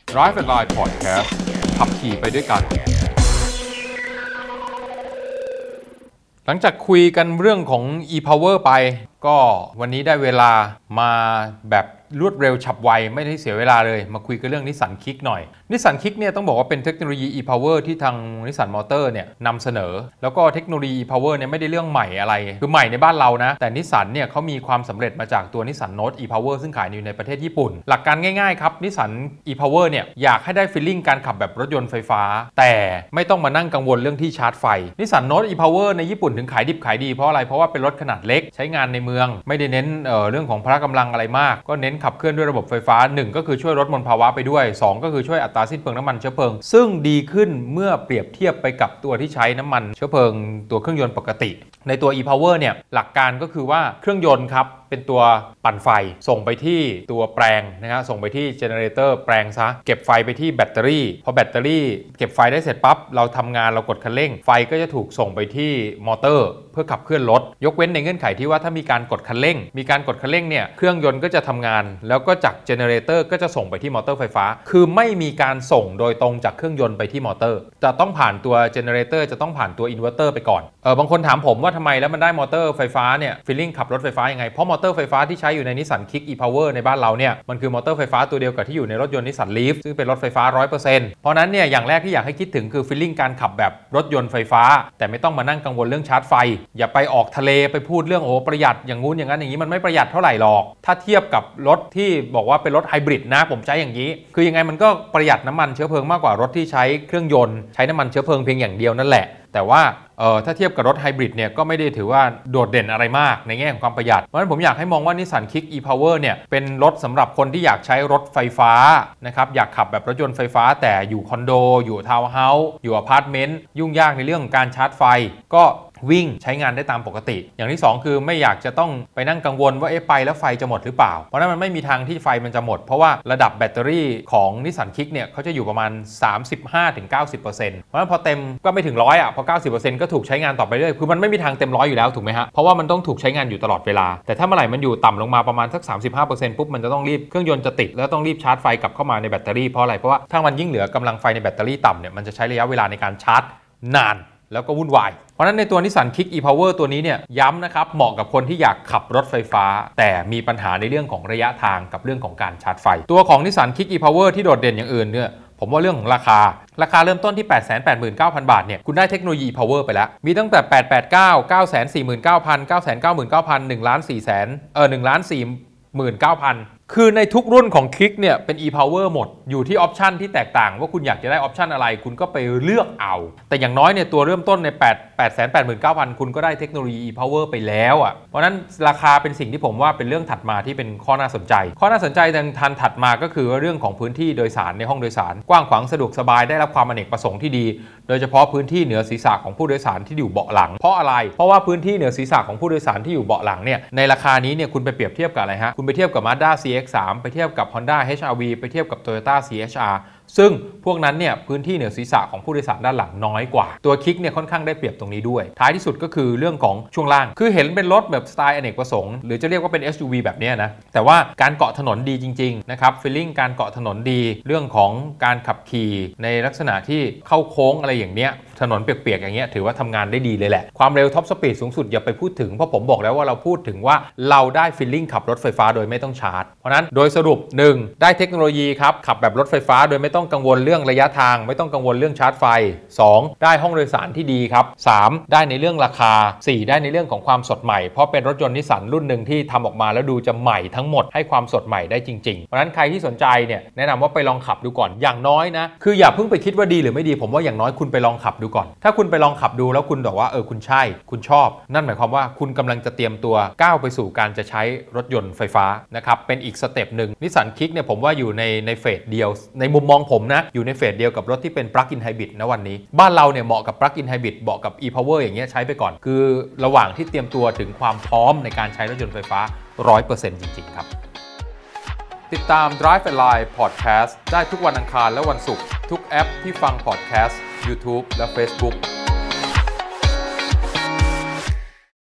Drive and Line Podcast ขับขี่ไปด้วยกันหลังจากคุยกันเรื่องของ e-power ไปก็วันนี้ได้เวลามาแบบรวดเร็วฉับไวไม่ได้เสียเวลาเลยมาคุยกันเรื่องนิสสันคิกหน่อยนิสสันคิกเนี่ยต้องบอกว่าเป็นเทคโนโลยี e-power ที่ทางนิสสันมอเตอร์เนี่ยนำเสนอแล้วก็เทคโนโลยี e-power เนี่ยไม่ได้เรื่องใหม่อะไรคือใหม่ในบ้านเรานะแต่นิสสันเนี่ยเขามีความสำเร็จมาจากตัวนิสสันโนต e-power ซึ่งขายอยู่ในประเทศญี่ปุ่นหลักการง่ายๆครับนิสสัน e-power เนี่ยอยากให้ได้ฟีลลิ่งการขับแบบรถยนต์ไฟฟ้าแต่ไม่ต้องมานั่งกังวลเรื่องที่ชาร์จไฟนิสสันโนต e-power ในญี่ปุ่นถึงขายดิบขายดีเพราะอะไรเพราะว่าเป็นรถขนาดเล็กใช้งานในเมืองไม่ได้เน้นเรื่องของพละกำลังอะไรมากก็เน้นขับเคลื่อนด้วยระบบไฟฟ้า1ก็คือช่วยลดมลภาวะไปด้วย2ก็คือช่วยอัตราสิ้นเปลืองน้ำมันเชื้อเพลิงซึ่งดีขึ้นเมื่อเปรียบเทียบไปกับตัวที่ใช้น้ำมันเชื้อเพลิงตัวเครื่องยนต์ปกติในตัว e-power เนี่ยหลักการก็คือว่าเครื่องยนต์ครับเป็นตัวปั่นไฟส่งไปที่ตัวแปลงนะฮะส่งไปที่เจเนเรเตอร์แปลงซะเก็บไฟไปที่แบตเตอรี่พอแบตเตอรี่เก็บไฟได้เสร็จปั๊บเราทำงานเรากดคันเร่งไฟก็จะถูกส่งไปที่มอเตอร์เพื่อขับเคลื่อนรถยกเว้นในเงื่อนไขที่ว่าถ้ามีการกดคันเร่งเนี่ยเครื่องยนต์ก็จะทำงานแล้วก็จากเจเนเรเตอร์ก็จะส่งไปที่มอเตอร์ไฟฟ้าคือไม่มีการส่งโดยตรงจากเครื่องยนต์ไปที่มอเตอร์จะต้องผ่านตัวเจเนเรเตอร์จะต้องผ่านตัวอินเวอร์เตอร์ไปก่อนบางคนถามผมว่าทำไมแล้วมันได้มอเตอร์ไฟฟ้าเนี่ยฟีลลิ่งขับรถไฟฟ้ายังไงเพราะมอเตอร์ไฟฟ้าที่ใช้อยู่ในนิสสันคิก e-power ในบ้านเราเนี่ยมันคือมอเตอร์ไฟฟ้าตัวเดียวกับที่อยู่ในรถยนต์นิสสันลีฟซึ่งเป็นรถไฟฟ้า 100% เพราะนั้นเนี่ยอย่างแรกที่อยากให้คิดถึงคือฟีลลิ่งการขับแบบรถยนต์ไฟฟ้าแต่ไม่ต้องมานั่งกังวลเรื่องชาร์จไฟอย่าไปออกทะเลไปพูดเรื่องโอ้ประหยัดอย่างงู้นอย่างนั้นอย่างนี้มันไม่ประหยัดเท่าไหร่หรอกถ้าเทียบกับรถที่บอกว่าเป็นรถไฮบริดนะผมใช้อย่างนี้คือยังไงมันก็ประหยัดน้ำมันเชื้อเพลิงมากกว่ารถที่ใช้เครื่องยนต์ใช้น้ำมันเชื้อเพลิงเพียงอย่างเดียวนั่นแหละแต่ว่าถ้าเทียบกับรถไฮบริดเนี่ยก็ไม่ได้ถือว่าโดดเด่นอะไรมากในแง่ของความประหยัดเพราะฉะนั้นผมอยากให้มองว่านิสสันคิก e-power เนี่ยเป็นรถสำหรับคนที่อยากใช้รถไฟฟ้านะครับอยากขับแบบรถยนต์ไฟฟ้าแต่อยู่คอนโดอยู่ทาวน์เฮาส์อยู่อพาร์ตเมนต์ยุ่งยากในเรื่องของการชาร์จไฟก็วิ่งใช้งานได้ตามปกติอย่างที่2คือไม่อยากจะต้องไปนั่งกังวลว่าไปแล้วไฟจะหมดหรือเปล่าเพราะนั้นมันไม่มีทางที่ไฟมันจะหมดเพราะว่าระดับแบตเตอรี่ของนิสสันคิกเนี่ยเขาจะอยู่ประมาณ 35-90% เพราะนั้นพอเต็มก็ไม่ถึง100พอ 90% ก็ถูกใช้งานต่อไปเรื่อยคือมันไม่มีทางเต็ม100อยู่แล้วถูกไหมฮะเพราะว่ามันต้องถูกใช้งานอยู่ตลอดเวลาแต่ถ้าเมื่อไหร่มันอยู่ต่ำลงมาประมาณสัก 35% ปุ๊บมันจะต้องรีบเครื่องยนต์จะติดแล้วต้องรีบชาร์จไฟกลับเข้ามาในแบตเตอรี่เพราะอะไรเพราะว่าถ้ามันยิ่งเหลือกำลังไฟในแบตเตอรี่ต่ำเนี่ยมันจะใช้ระยะเวลาในการชาร์จนานแล้วก็วุ่นวายเพราะฉะนั้นในตัว Nissan Kick e-Power ตัวนี้เนี่ยย้ำนะครับเหมาะกับคนที่อยากขับรถไฟฟ้าแต่มีปัญหาในเรื่องของระยะทางกับเรื่องของการชาร์จไฟตัวของ Nissan Kick e-Power ที่โดดเด่นอย่างอื่นเนี่ยผมว่าเรื่องของราคาเริ่มต้นที่ 889,000 บาทเนี่ยคุณได้เทคโนโลยี e-Power ไปแล้วมีตั้งแต่889 949,000 999,000 1,449,000คือในทุกรุ่นของ Kick เนี่ยเป็น e-power หมดอยู่ที่ออปชันที่แตกต่างว่าคุณอยากจะได้ออปชันอะไรคุณก็ไปเลือกเอาแต่อย่างน้อยเนี่ยตัวเริ่มต้นใน 889,000 คุณก็ได้เทคโนโลยี e-power ไปแล้วอ่ะเพราะนั้นราคาเป็นสิ่งที่ผมว่าเป็นเรื่องถัดมาที่เป็นข้อน่าสนใจทันถัดมาก็คือเรื่องของพื้นที่โดยสารในห้องโดยสารกว้างขวางสะดวกสบายได้รับความอเนกประสงค์ที่ดีโดยเฉพาะพื้นที่เหนือศีรษะของผู้โดยสารที่อยู่เบาะหลังเพราะอะไรเพราะว่าพื้นที่เหนือศีรษะของผู้โดยสารที่อยู่เบาะหลังเนี่ยในราคานี้เนี่ยคุณไปเปรียบเทียบกับอะไรฮะคุณไปเทียบกับ Mazda CX-3 ไปเทียบกับ Honda HR-V ไปเทียบกับ Toyota CHR ซึ่งพวกนั้นเนี่ยพื้นที่เหนือศีรษะของผู้โดยสารด้านหลังน้อยกว่าตัวคิกเนี่ยค่อนข้างได้เปรียบตรงนี้ด้วยท้ายที่สุดก็คือเรื่องของช่วงล่างคือเห็นเป็นรถแบบสไตล์อเนกประสงค์หรือจะเรียกว่าเป็น SUV แบบนี้นะแต่ว่าการเกาะถนนดีจริงๆนะครับฟีลลิ่งการเกาะถนนดีเรื่องของการขับขี่ในลักษณะที่เข้าโค้งอะไรอย่างเนี้ยถนนเปียกๆอย่างเงี้ยถือว่าทำงานได้ดีเลยแหละความเร็วท็อปสปีดสูงสุดอย่าไปพูดถึงเพราะผมบอกแล้วว่าเราพูดถึงว่าเราได้ฟีลลิ่งขับรถไฟฟ้าโดยไม่ต้องชาร์จเพราะนั้นโดยสรุป 1. ได้เทคโนโลยีครับขับแบบรถไฟฟ้าโดยไม่ต้องกังวลเรื่องระยะทางไม่ต้องกังวลเรื่องชาร์จไฟ 2. ได้ห้องโดยสารที่ดีครับ 3. ได้ในเรื่องราคา 4. ได้ในเรื่องของความสดใหม่เพราะเป็นรถยนต์นิสสันรุ่นหนึ่งที่ทำออกมาแล้วดูจะใหม่ทั้งหมดให้ความสดใหม่ได้จริงๆเพราะนั้นใครที่สนใจเนี่ยแนะนำว่าไปลองขับดูก่อนอย่างน้อยนะคืออย่าเพิ่งไปคิดว่าดีหรือไม่ดีผมว่าอย่างน้อยคุณไปลองขับดูก่อนถ้าคุณไปลองขับดูแล้วคุณบอกว่าคุณใช่คุณชอบนั่นหมายความว่าคุณกำลังจะเตรียมตัวก้าวไปสู่การจะใช้รถยนต์ไฟฟ้านะครับเป็นอีกสเต็ปหนึ่งนิสสันคิกเนี่ยผมว่าอยู่ในเฟสเดียวในมุมมองผมนะอยู่ในเฟสเดียวกับรถที่เป็น plug-in hybrid นะวันนี้บ้านเราเนี่ยเหมาะกับ plug-in hybrid เหมาะกับ e-power อย่างเงี้ยใช้ไปก่อนคือระหว่างที่เตรียมตัวถึงความพร้อมในการใช้รถยนต์ไฟฟ้า 100% จริงๆครับติดตาม Drive and Line Podcast ได้ทุกวันอังคารและวันศุกร์ทุกแอปที่ฟัง podcast YouTube และ Facebook